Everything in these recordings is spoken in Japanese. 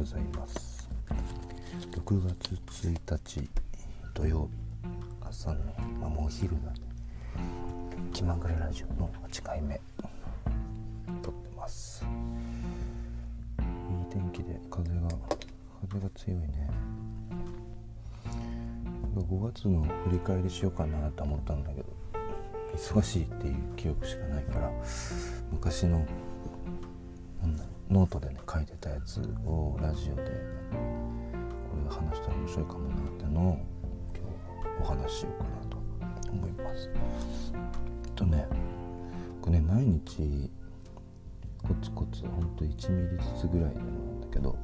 ございます。6月1日土曜日朝の、もうお昼だね。気まぐれラジオの8回目撮ってます。いい天気で風が強いね。5月の振り返りしようかなと思ったんだけど、忙しいっていう記憶しかないから、昔のノートでね書いてたやつをラジオでこれ話したら面白いかもなってのを今日お話ししようかなと思います。僕ね毎日コツコツほんと1ミリずつぐらいでもなんだけど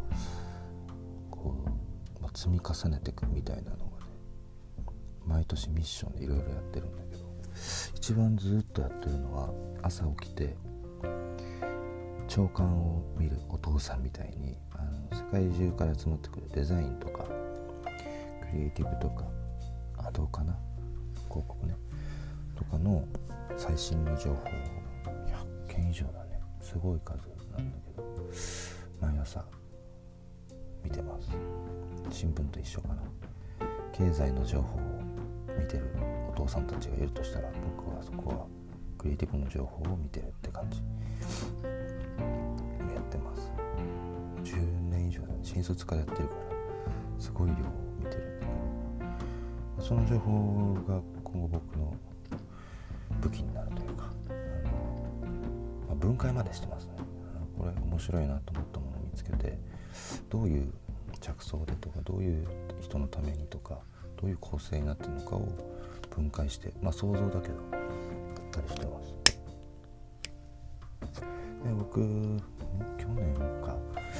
積み重ねていくみたいなのがね毎年ミッションでいろいろやってるんだけど、一番ずっとやってるのは朝起きて朝刊を見るお父さんみたいに世界中から集まってくるデザインとかクリエイティブとかどうかな広告ねとかの最新の情報を100件以上だね、すごい数なんだけど毎朝見てます。新聞と一緒かな。経済の情報を見てるお父さんたちがいるとしたら、僕はそこはクリエイティブの情報を見てるって感じやってます。10年以上だね。新卒からやってるからすごい量を見てるんだけど、その情報が今後僕の武器になるというか、分解までしてますね。これ面白いなと思ったものを見つけて、どういう着想でとかどういう人のためにとかどういう構成になってるのかを分解して、想像だけどやったりしてます。で僕去年か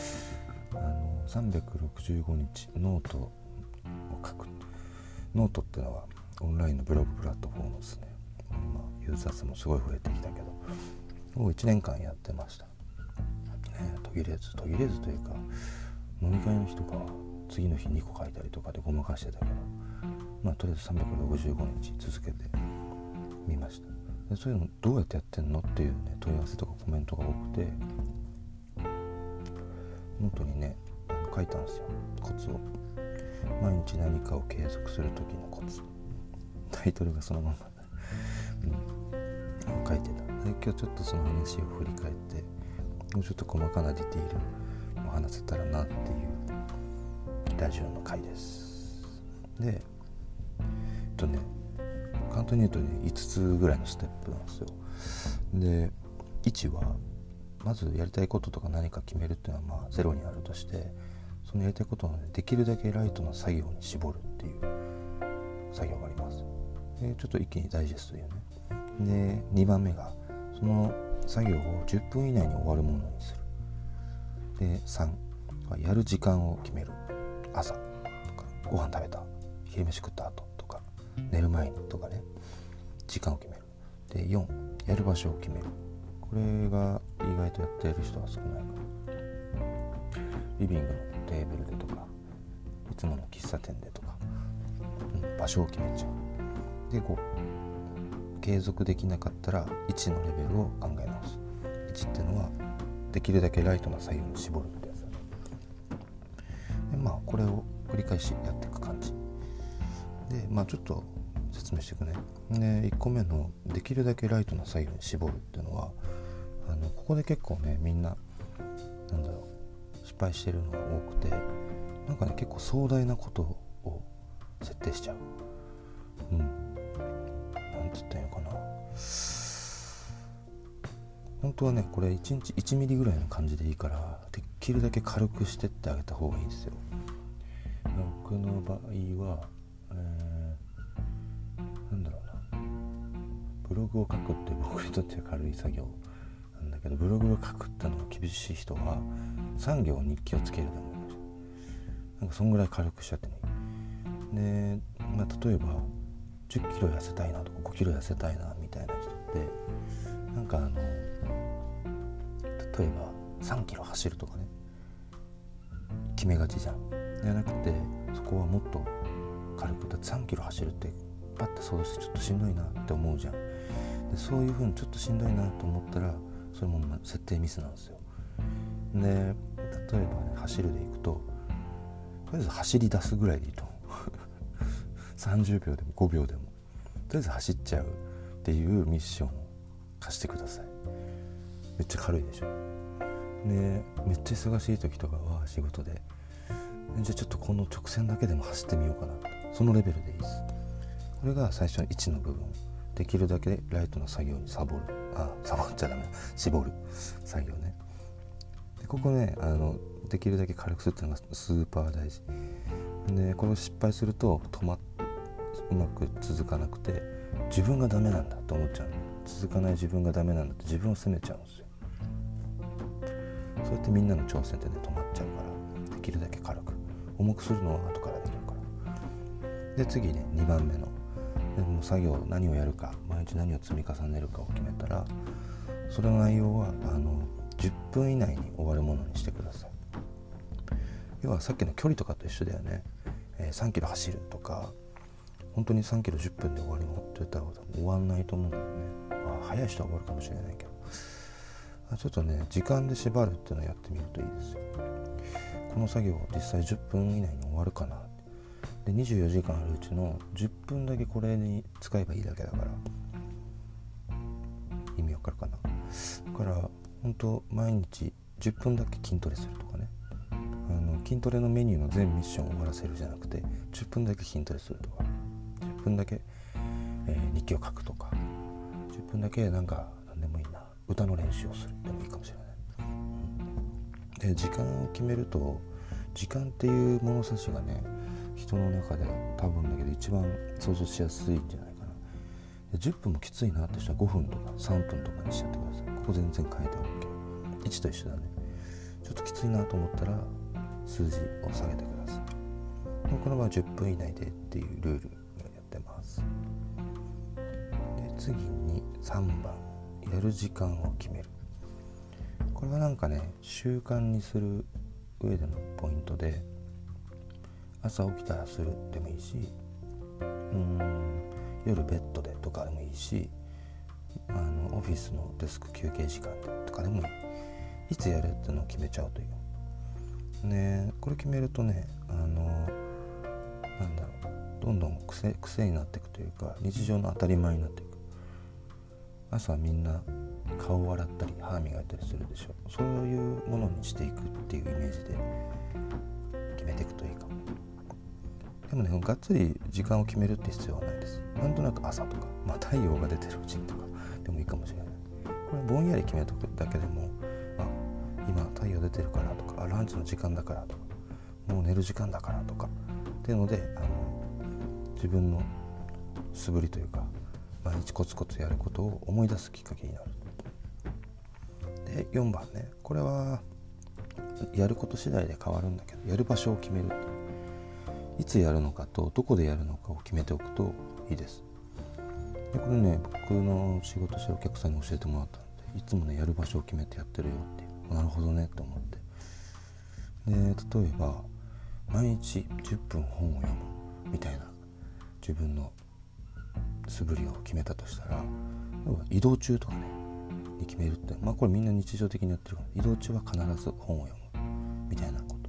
365日ノートを書く。ノートってのはオンラインのブログプラットフォームですね。ユーザー数もすごい増えてきたけど、もう1年間やってました、途切れずというか、飲み会の日とかは次の日2個書いたりとかでごまかしてたけど、とりあえず365日続けてみました。でそういうのどうやってやってんのっていうね問い合わせとかコメントが多くて、ノートにね書いたんですよ、コツを。毎日何かを継続する時のコツ。タイトルがそのまま書いてた。で今日ちょっとその話を振り返ってもうちょっと細かなディティールを話せたらなっていうラジオの回です。で簡単に言うとね5つぐらいのステップなんですよ。で1はまずやりたいこととか何か決めるっていうのはゼロにあるとして、そのやりたいことを、できるだけライトな作業に絞るっていう作業があります。でちょっと一気にダイジェスト言うね。で2番目がその作業を10分以内に終わるものにする。で3はやる時間を決める。朝とかご飯食べた、昼飯食った後とか寝る前にとかね、時間を決める。で4やる場所を決める。これが意外とやっている人は少ないかな。リビングのテーブルでとかいつもの喫茶店でとか、場所を決めちゃう。で5継続できなかったら1のレベルを考え直す。1ってのはできるだけライトな作業に絞るってやつだね。でこれを繰り返しやっていく感じで、ちょっと説明していくね。で1個目のできるだけライトな作業に絞るっていうのはここで結構ねみんな失敗してるのが多くて、結構壮大なことを設定しちゃう。なんつったらいいのかな。本当はねこれ1日1ミリぐらいの感じでいいから、できるだけ軽くしてってあげた方がいいんですよ。僕の場合はブログを書くって僕にとっては軽い作業なんだけど、ブログを書くってのが厳しい人は3行日記をつけると思います。そんぐらい軽くしちゃってもいい。で、例えば10キロ痩せたいなとか5キロ痩せたいなみたいな人って例えば3キロ走るとかね決めがちじゃん。じゃなくてそこはもっと軽く、だって3キロ走るってパッて想像してちょっとしんどいなって思うじゃん。でそういう風にちょっとしんどいなと思ったらそれも設定ミスなんですよ。 で例えばね走るでいくと、とりあえず走り出すぐらいでいいと思う30秒でも5秒でもとりあえず走っちゃうっていうミッションを貸してください。めっちゃ軽いでしょ。でめっちゃ忙しい時とかは仕事で、じゃあちょっとこの直線だけでも走ってみようかな、そのレベルでいいです。これが最初の1の部分、できるだけライトな作業にサボっちゃダメだ、絞る作業ね。でここねできるだけ軽くするっていうのがスーパー大事で、これを失敗するとうまく続かなくて、自分がダメなんだと思っちゃうの。続かない自分がダメなんだって自分を責めちゃうんですよ。そうやってみんなの挑戦ってね止まっちゃうから、できるだけ軽く、重くするのは後からできるから。で次ね2番目のもう作業何をやるか、毎日何を積み重ねるかを決めたら、それの内容は10分以内に終わるものにしてください。要はさっきの距離とかと一緒だよね。3キロ走るとか、本当に3キロ10分で終わるのって言ったら終わんないと思うんだよね。早い人は終わるかもしれないけど、ちょっとね時間で縛るっていうのをやってみるといいですよ。この作業実際10分以内に終わるかな。で24時間あるうちの10分だけこれに使えばいいだけだから、意味わかるかな。だから本当毎日10分だけ筋トレするとかね、筋トレのメニューの全ミッションを終わらせるじゃなくて、10分だけ筋トレするとか、10分だけ、日記を書くとか、10分だけ何でもいいな、歌の練習をするでもいいかもしれない。で時間を決めると、時間っていう物差しがね人の中で多分だけど一番想像しやすいんじゃないかな。で10分もきついなって人は5分とか3分とかにしちゃってください。ここ全然変えて OK。 1と一緒だね。ちょっときついなと思ったら数字を下げてください。この場合10分以内でっていうルールをやってます。で次に3番、やる時間を決める。これは習慣にする上でのポイントで、朝起きたらするでもいいし、夜ベッドでとかでもいいし、オフィスのデスク休憩時間でとかでもいい。いつやるってのを決めちゃうというね。これ決めるとねどんどん癖になっていくというか、日常の当たり前になっていく。朝みんな顔を洗ったり歯磨いたりするでしょ。そういうものにしていくっていうイメージで決めていくといいかも。でもねがっつり時間を決めるって必要はないです。なんとなく朝とか、太陽が出てるうちにとかでもいいかもしれない。これぼんやり決めとくだけでも、今太陽出てるからとか、ランチの時間だからとか、もう寝る時間だからとかっていうので自分の素振りというか、毎日コツコツやることを思い出すきっかけになる。で4番ね、これはやること次第で変わるんだけど、やる場所を決める。いつやるのかとどこでやるのかを決めておくといいです。でこれね僕の仕事してるお客さんに教えてもらったんで、いつもねやる場所を決めてやってるよっていう、なるほどねと思って。で例えば毎日10分本を読むみたいな自分の素振りを決めたとしたら、要は移動中とかねに決めるって、これみんな日常的にやってるから、移動中は必ず本を読むみたいなこと、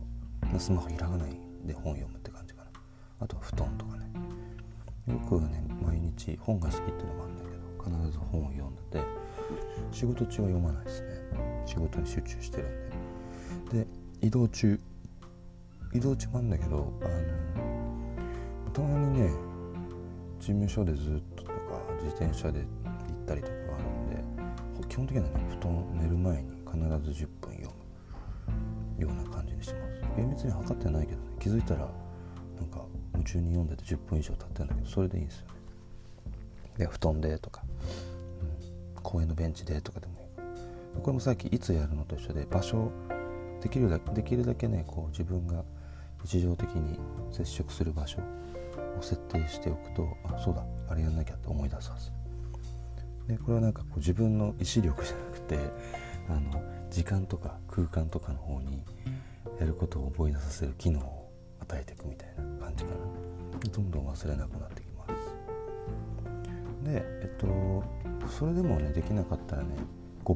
スマホ開かないで本を読むって感じかな。あとは布団とかね、よくはね毎日本が好きっていうのもあるんだけど、必ず本を読んでて、仕事中は読まないですね。仕事に集中してるんで。で移動中もあるんだけど、たまにね事務所でずっととか自転車で行ったりとかがあるんで、基本的にはね布団寝る前に必ず10分読むような感じにしてます。厳密に測ってないけどね、気づいたら夢中に読んでて10分以上経ってるんだけど、それでいいんですよね。で布団でとか、公園のベンチでとかでもいい。これもさっきいつやるのと一緒で、場所できるだけね自分が日常的に接触する場所を設定しておくと、そうだあれやんなきゃって思い出すはずで、これは自分の意志力じゃなくて時間とか空間とかの方にやることを覚えなさせる機能を与えていくみたいな感じかな。どんどん忘れなくなってきます。でそれでもねできなかったらね5番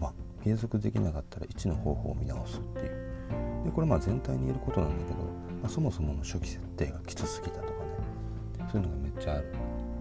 継続できなかったら1の方法を見直すっていう。でこれ全体に言えることなんだけど、そもそもの初期設定がきつすぎたとかね、そういうのがめっちゃある。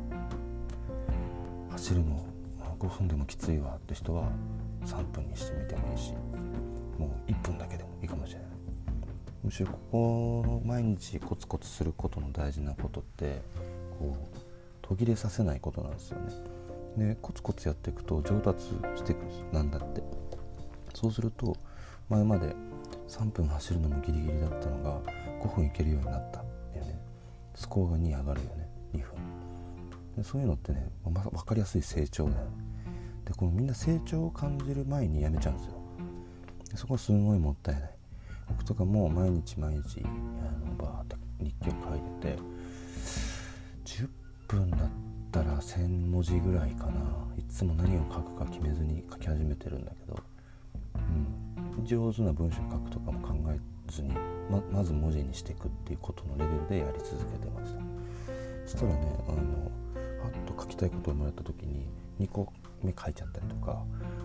走るの5分でもきついわって人は3分にしてみてもいいし、もう1分だけでもいいかもしれない。むしろここの毎日コツコツすることの大事なことって途切れさせないことなんですよね。でコツコツやっていくと上達していくんですよ、なんだって。そうすると前まで3分走るのもギリギリだったのが5分いけるようになったっていうね、スコアが2上がるよね、2分で。そういうのってね、分かりやすい成長だよね。でこのみんな成長を感じる前にやめちゃうんですよ。でそこはすごいもったいない。僕とかも毎日バーって日記を書いてて、10分だったら1000文字ぐらいかな。いつも何を書くか決めずに書き始めてるんだけど、上手な文章書くとかも考えずに まず文字にしていくっていうことのレベルでやり続けてました。そしたらね、はっと書きたいことをもらった時に2個目書いちゃったりとか、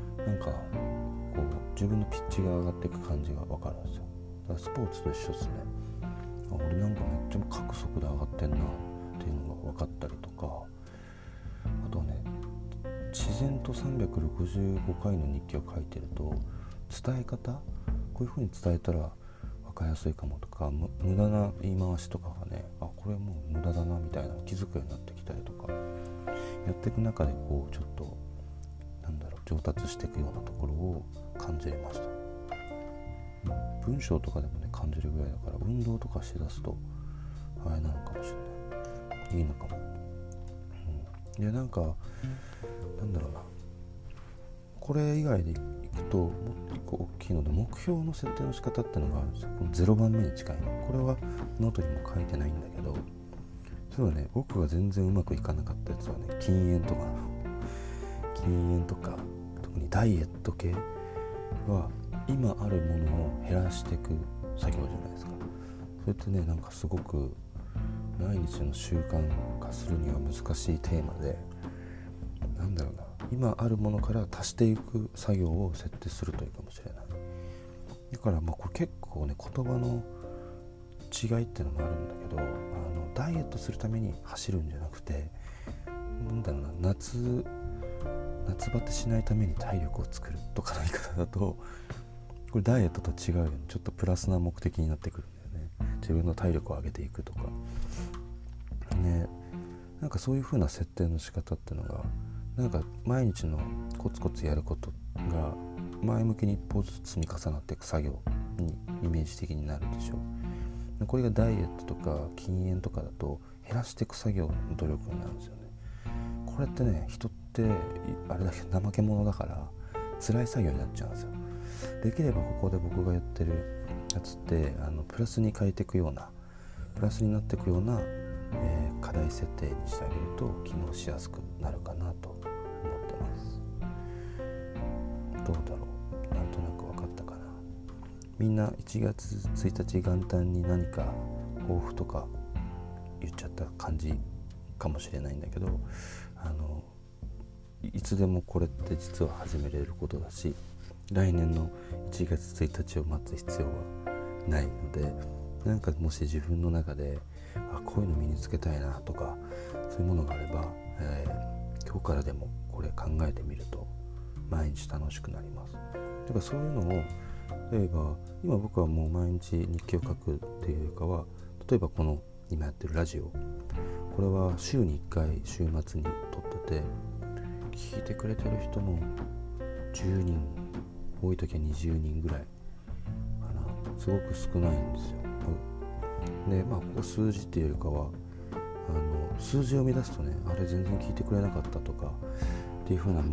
自分のピッチが上がっていく感じが分かるんですよ。だからスポーツと一緒ですね。俺めっちゃ書く速度上がってんなっていうのが分かったりとか、あとはね、自然と365回の日記を書いてると伝え方、こういう風に伝えたら分かりやすいかもとか、無駄な言い回しとかがね、これもう無駄だなみたいな気づくようになってきたりとか、やっていく中でちょっと上達していくようなところを感じれました。文章とかでもね感じるぐらいだから、運動とかしだすとあれなのかもしれない、いいのかも。でこれ以外でいくともっと一個大きいので、目標の設定の仕方っていうのがあるんですよ。この0番目に近いの。これはノートにも書いてないんだけど、それはね、僕が全然うまくいかなかったやつはね、禁煙とか特にダイエット系は今あるものを減らしていく作業じゃないですか。それってね、すごく毎日の習慣化するには難しいテーマで、今あるものから足していく作業を設定するというかもしれない。だからこれ結構ね、言葉の違いっていうのもあるんだけど、ダイエットするために走るんじゃなくて、夏バテしないために体力を作るとかの言い方だと、これダイエットと違うよね。ちょっとプラスな目的になってくるんだよね。自分の体力を上げていくとかね。そういう風な設定の仕方っていうのが、毎日のコツコツやることが前向きに一歩ずつ積み重なっていく作業にイメージ的になるでしょう。これがダイエットとか禁煙とかだと減らしていく作業の努力になるんですよね。これってね、人ってあれだけ怠け者だから辛い作業になっちゃうんですよ。できればここで僕がやってるやつってプラスに変えていくような、プラスになっていくような、課題設定にしてあげると機能しやすくなるかなと思ってます。どうだろう、なんとなく分かったかな。みんな1月1日元旦に何か抱負とか言っちゃった感じかもしれないんだけど、いつでもこれって実は始めれることだし、来年の1月1日を待つ必要はないので、もし自分の中でこういうの身につけたいなとか、そういうものがあれば、今日からでもこれ考えてみると毎日楽しくなります。だからそういうのを、例えば今僕はもう毎日日記を書くっていうよりかは、例えばこの今やってるラジオ、これは週に1回週末に撮ってて、聞いてくれてる人も10人、多い時は20人ぐらいかな。すごく少ないんですよ。でここ数字っていうよりかは数字を見出すとね、あれ全然聞いてくれなかったとかっていう風な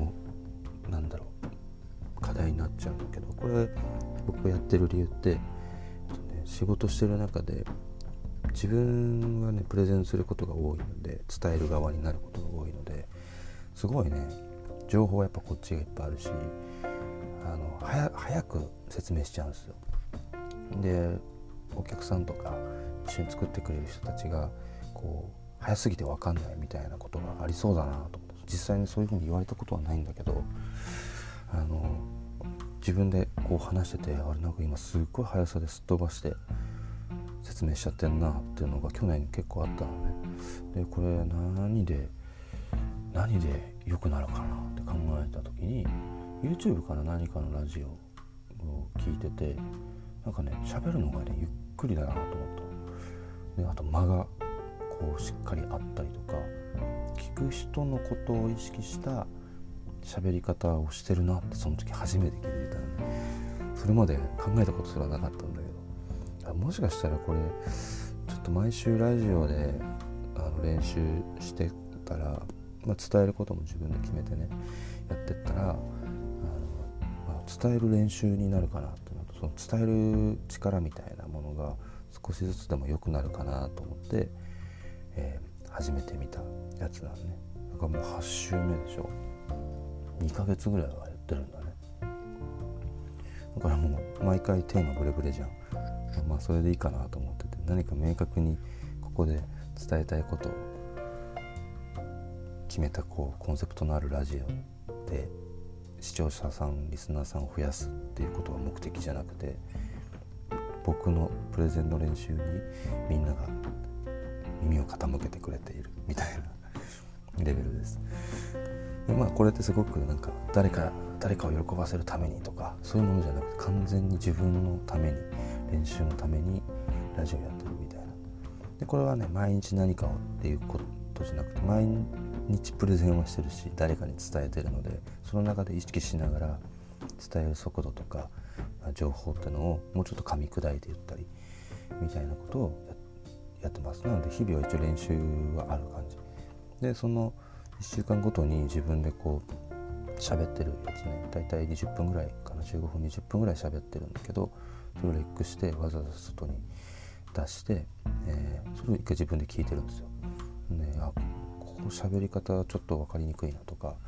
課題になっちゃうんだけど、これ僕がやってる理由って、仕事してる中で自分がねプレゼンすることが多いので、伝える側になることが多いので、すごいね情報はやっぱこっちがいっぱいあるし、早く説明しちゃうんですよ。でお客さんとか一緒に作ってくれる人たちが早すぎて分かんないみたいなことがありそうだなと思って、実際にそういうふうに言われたことはないんだけど、 自分でこう話してて、あれなんか今すっごい速さですっ飛ばして説明しちゃってんなっていうのが去年結構あったのね。でこれ何で良くなるかなって考えた時に YouTube から何かのラジオを聞いてて、なんかね喋るのがねゆっくりだなと思った。であと間がこうしっかりあったりとか、聞く人のことを意識した喋り方をしてるなってその時初めて気づいたのね。それまで考えたことすらなかったんだけど、もしかしたらこれちょっと毎週ラジオで練習してたら、伝えることも自分で決めてねやってったら伝える練習になるかなってなると、その伝える力みたいなものが少しずつでも良くなるかなと思って、始めてみたやつなんね。だからもう8週目でしょ。2ヶ月ぐらいはやってるんだね。だからもう毎回テーマブレブレじゃん。それでいいかなと思ってて、何か明確にここで伝えたいことを決めたコンセプトのあるラジオで視聴者さんリスナーさんを増やすっていうことが目的じゃなくて、僕のプレゼンの練習にみんなが耳を傾けてくれているみたいなレベルです。でこれってすごくなんか誰かを喜ばせるためにとかそういうものじゃなくて、完全に自分のために練習のためにラジオやってるみたいな。でこれはね毎日何かをっていうことじゃなくて、毎日プレゼンはしてるし誰かに伝えてるので、その中で意識しながら伝える速度とか情報っていうのをもうちょっと噛み砕いて言ったりみたいなことをやってます。なので日々は一応練習はある感じで、その1週間ごとに自分でこう喋ってるやつね、だいたい20分ぐらいかな、15分20分ぐらい喋ってるんだけど、それをレックしてわざわざ外に出して、それを一回自分で聞いてるんですよ。でここ喋り方ちょっと分かりにくいなとか、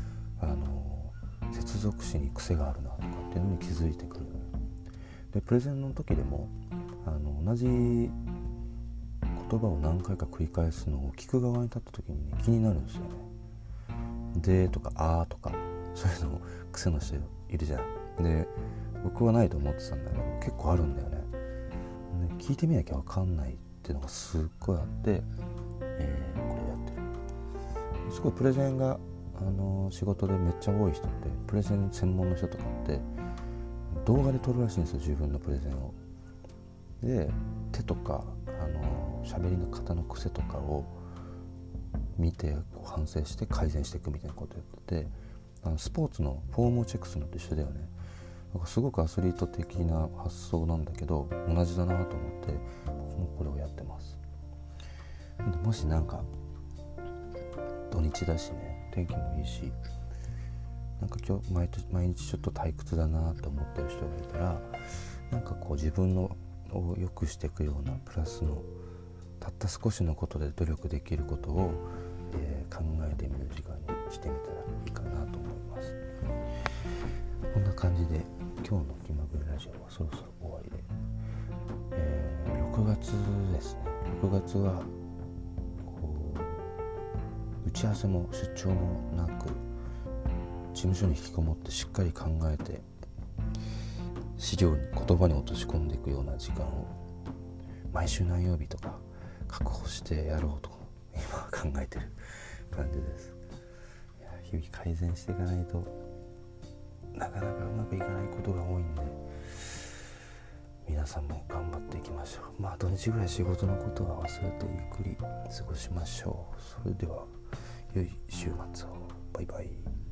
接続詞に癖があるなとかっていうのに気づいてくる。でプレゼンの時でも同じ言葉を何回か繰り返すのを聞く側に立った時に、気になるんですよね。でとかあーとかそういうの癖の人いるじゃん。で僕はないと思ってたんだけど結構あるんだよね。で聞いてみなきゃ分かんないっていうのがすっごいあって、これやってる。すごいプレゼンが仕事でめっちゃ多い人って、プレゼン専門の人とかって動画で撮るらしいんですよ、自分のプレゼンを。で手とか喋りの方の癖とかを見て反省して改善していくみたいなことをやってて、スポーツのフォームをチェックするのと一緒だよね。なんかすごくアスリート的な発想なんだけど同じだなと思って僕もこれをやってます。もしなんか土日だしね、天気もいいし、なんか今日毎日ちょっと退屈だなと思ってる人がいたら、なんかこう自分のを良くしていくようなプラスのたった少しのことで努力できることを、考えてみる時間にしてみたらいいかなと思います。こんな感じで今日の気まぐれラジオはそろそろ終わりで、6月ですね。6月はこう打ち合わせも出張もなく事務所に引きこもってしっかり考えて資料に言葉に落とし込んでいくような時間を毎週何曜日とか確保してやろうと今考えてる感じです。日々改善していかないとなかなかうまくいかないことが多いんで、皆さんも頑張っていきましょう。土日ぐらい仕事のことは忘れてゆっくり過ごしましょう。それでは良い週末を。バイバイ。